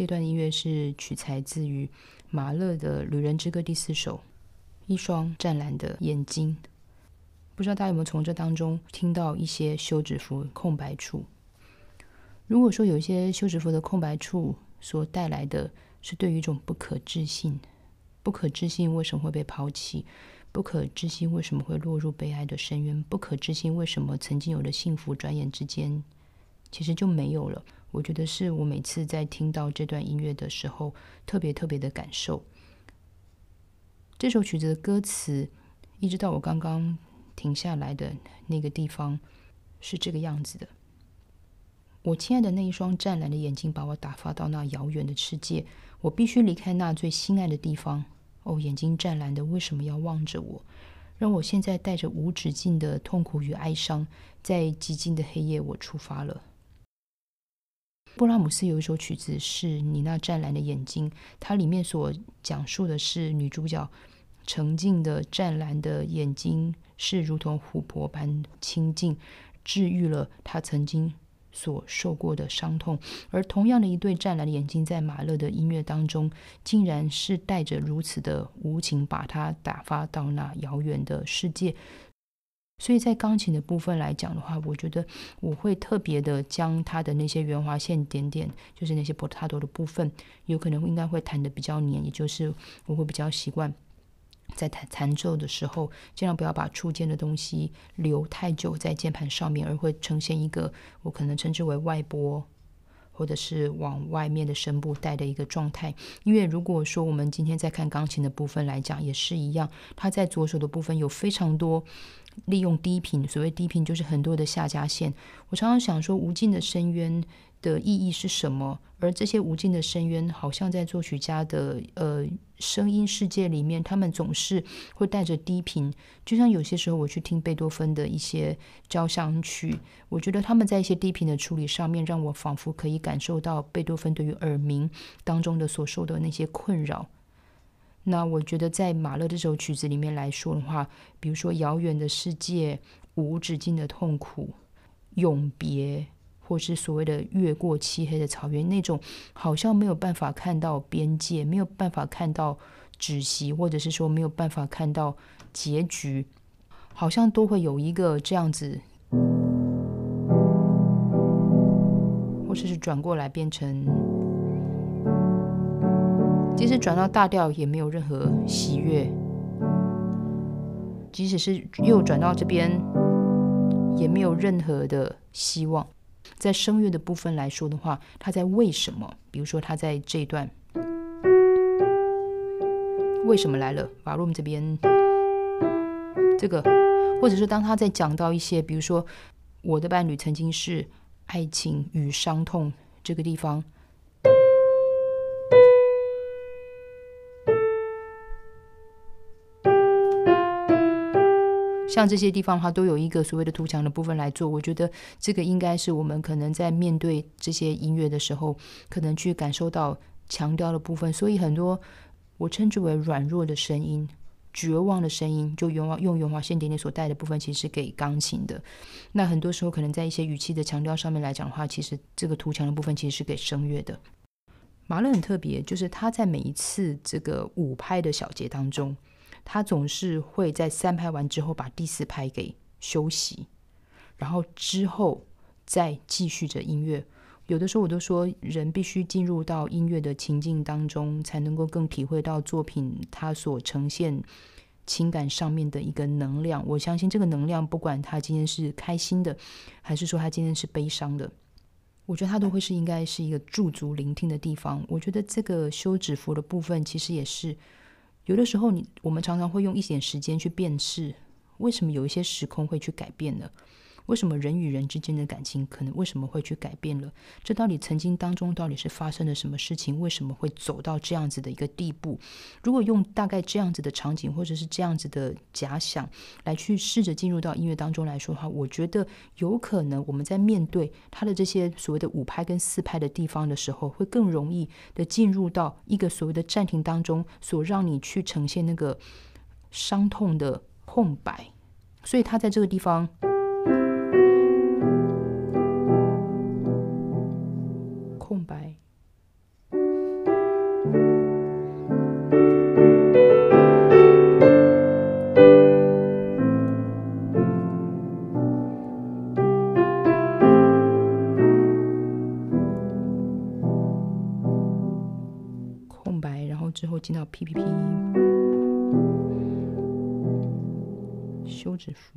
这段音乐是取材自于马勒的《旅人之歌》第4首，一双湛蓝的眼睛。不知道大家有没有从这当中听到一些休止符空白处。如果说有一些休止符的空白处所带来的是对于一种不可置信，不可置信为什么会被抛弃，不可置信为什么会落入悲哀的深渊，不可置信为什么曾经有的幸福转眼之间其实就没有了。我觉得是我每次在听到这段音乐的时候特别的感受。这首曲子的歌词一直到我刚刚停下来的那个地方是这个样子的：我亲爱的那一双湛蓝的眼睛把我打发到那遥远的世界，我必须离开那最心爱的地方。哦，眼睛湛蓝的为什么要望着我，让我现在带着无止境的痛苦与哀伤，在寂静的黑夜我出发了。布拉姆斯有一首曲子是你那湛蓝的眼睛，它里面所讲述的是女主角澄净的湛蓝的眼睛是如同琥珀般清净，治愈了她曾经所受过的伤痛。而同样的一对湛蓝的眼睛在马勒的音乐当中竟然是带着如此的无情，把它打发到那遥远的世界。所以在钢琴的部分来讲的话，我觉得我会特别的将它的那些圆滑线点点，就是那些 portato 的部分，有可能应该会弹得比较黏，也就是我会比较习惯在弹奏的时候尽量不要把触键的东西留太久在键盘上面，而会呈现一个我可能称之为外拨或者是往外面的声部带的一个状态。因为如果说我们今天在看钢琴的部分来讲也是一样，它在左手的部分有非常多利用低频，所谓低频就是很多的下加线。我常常想说无尽的深渊的意义是什么，而这些无尽的深渊好像在作曲家的声音世界里面，他们总是会带着低频。就像有些时候我去听贝多芬的一些交响曲，我觉得他们在一些低频的处理上面让我仿佛可以感受到贝多芬对于耳鸣当中的所受的那些困扰。那我觉得在马勒这首曲子里面来说的话，比如说遥远的世界、无止境的痛苦、永别，或是所谓的越过漆黑的草原，那种好像没有办法看到边界，没有办法看到止息，或者是说没有办法看到结局，好像都会有一个这样子，或者是转过来变成，即使转到大调也没有任何喜悦，即使是又转到这边也没有任何的希望。在声乐的部分来说的话，它在为什么，比如说它在这一段为什么来了 Warum 这边这个，或者说当他在讲到一些比如说我的伴侣曾经是爱情与伤痛这个地方，像这些地方的话都有一个所谓的图强的部分来做。我觉得这个应该是我们可能在面对这些音乐的时候可能去感受到强调的部分。所以很多我称之为软弱的声音、绝望的声音，就用圆滑线点点所带的部分其实是给钢琴的。那很多时候可能在一些语气的强调上面来讲的话，其实这个图强的部分其实是给声乐的。马勒很特别，就是他在每一次这个5拍的小节当中，他总是会在3拍完之后把第4拍给休息，然后之后再继续着音乐。有的时候我都说人必须进入到音乐的情境当中，才能够更体会到作品它所呈现情感上面的一个能量。我相信这个能量不管他今天是开心的还是说他今天是悲伤的，我觉得它都会是应该是一个驻足聆听的地方。我觉得这个休止符的部分其实也是有的时候我们常常会用一点时间去辨识为什么有一些时空会去改变了，为什么人与人之间的感情可能为什么会去改变了，这到底曾经当中到底是发生了什么事情，为什么会走到这样子的一个地步。如果用大概这样子的场景或者是这样子的假想来去试着进入到音乐当中来说的话，我觉得有可能我们在面对它的这些所谓的5拍跟4拍的地方的时候，会更容易的进入到一个所谓的暂停当中，所让你去呈现那个伤痛的空白。所以它在这个地方空白， 休止符，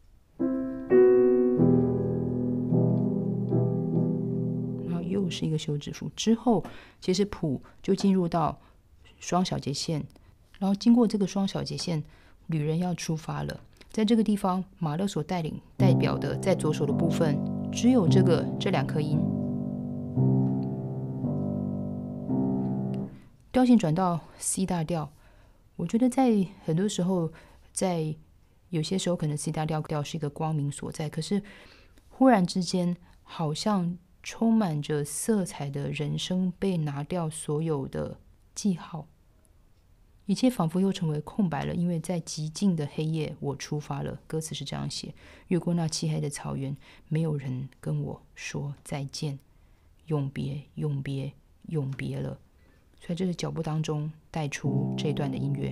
然后又是一个休止符，之后其实谱就进入到双小节线，然后经过这个双小节线，旅人要出发了。在这个地方，马勒所代表的在左手的部分，只有这2颗音。调性转到 C 大调，我觉得在很多时候，在有些时候可能 C 大调是一个光明所在，可是忽然之间好像充满着色彩的人生被拿掉所有的记号，一切仿佛又成为空白了，因为在极静的黑夜我出发了。歌词是这样写：越过那漆黑的草原，没有人跟我说再见，永别永别永别了。所以这是脚步当中带出这一段的音乐。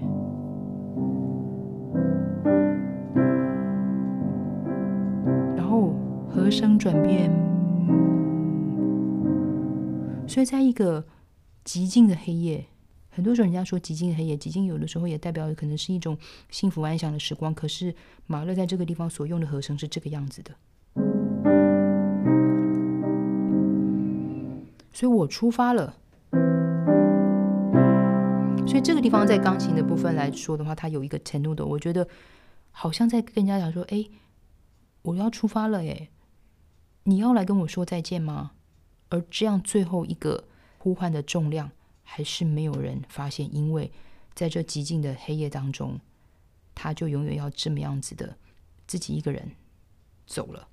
然后和声转变，所以在一个极静的黑夜，很多时候人家说极静的黑夜，极静有的时候也代表可能是一种幸福安详的时光，可是马勒在这个地方所用的和声是这个样子的。所以我出发了，所以这个地方在钢琴的部分来说的话，它有一个 tenuto， 我觉得好像在跟人家讲说，我要出发了你要来跟我说再见吗？而这样最后一个呼唤的重量还是没有人发现，因为在这寂静的黑夜当中，他就永远要这么样子的自己一个人走了。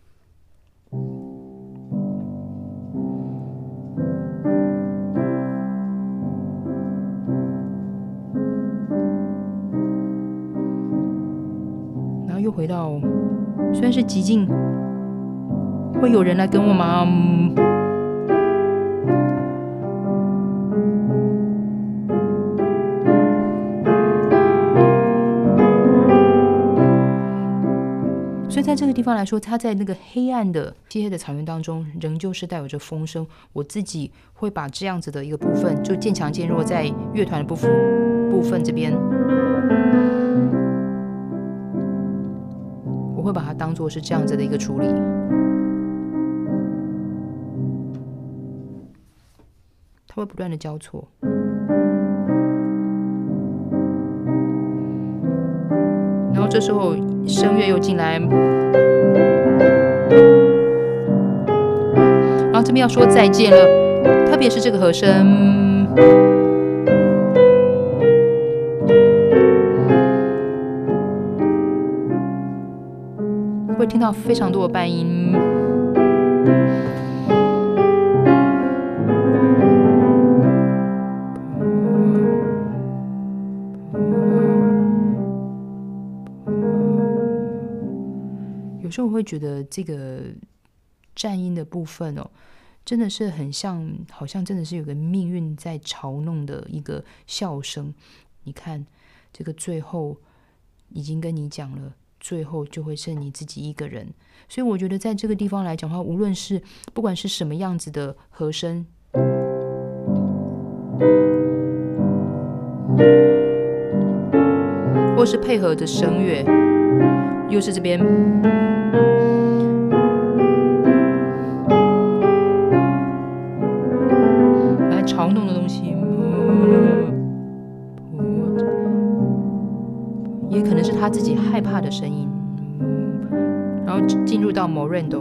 然后又回到，虽然是寂静，会有人来跟我吗？所以在这个地方来说，它在那个黑暗的漆黑的草原当中，仍旧是带有着风声。我自己会把这样子的一个部分，就渐强渐弱，在乐团的部分这边，我会把它当作是这样子的一个处理。它会不断的交错。然后这时候声乐又进来，然后这边要说再见了，特别是这个和声，会听到非常多的半音。有时候我会觉得这个战音的部分真的是很像，好像真的是有个命运在嘲弄的一个笑声。你看这个最后已经跟你讲了，最后就会剩你自己一个人。所以我觉得在这个地方来讲的话，无论是不管是什么样子的和声，或是配合的声乐，又是这边来嘲弄的东西，也可能是他自己害怕的声音，然后进入到 Morendo。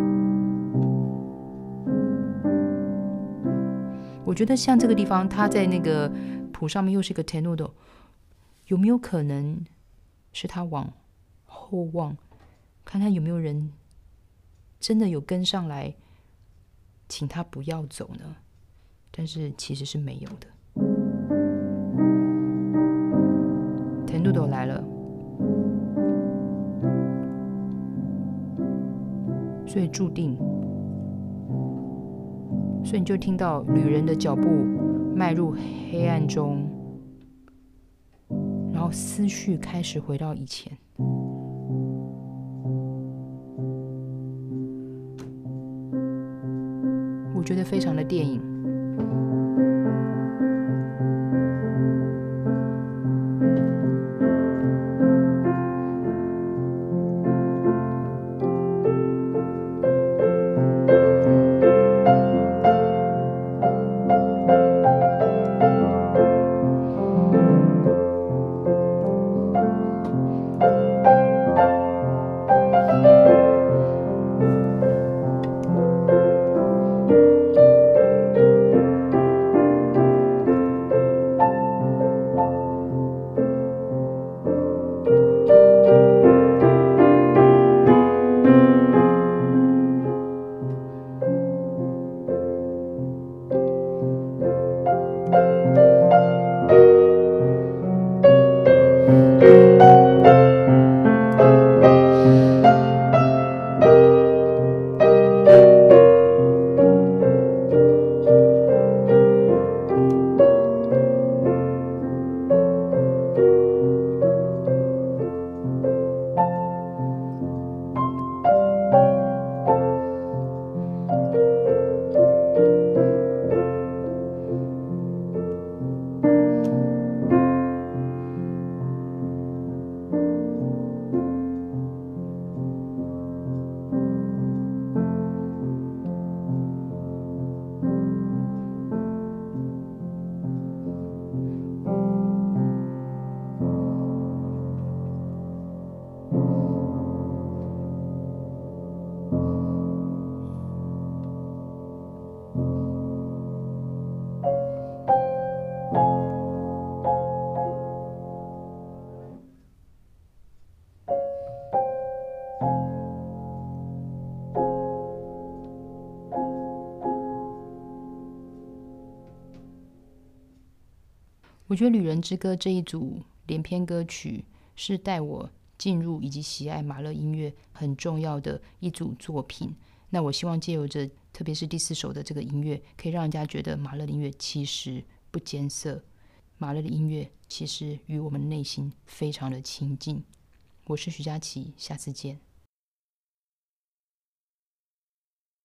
我觉得像这个地方，他在那个谱上面又是一个 tenuto， 有没有可能是他往后望，看看有没有人真的有跟上来请他不要走呢？但是其实是没有的。tenuto 来了，所以注定，所以你就听到旅人的脚步迈入黑暗中，然后思绪开始回到以前。我觉得非常的电影。 我觉得《旅人之歌》这一组连篇歌曲是带我进入以及喜爱马勒音乐很重要的一组作品。那我希望借由着特别是第4首的这个音乐，可以让人家觉得马勒的音乐其实不艰涩，马勒的音乐其实与我们内心非常的亲近。我是徐佳琪，下次见。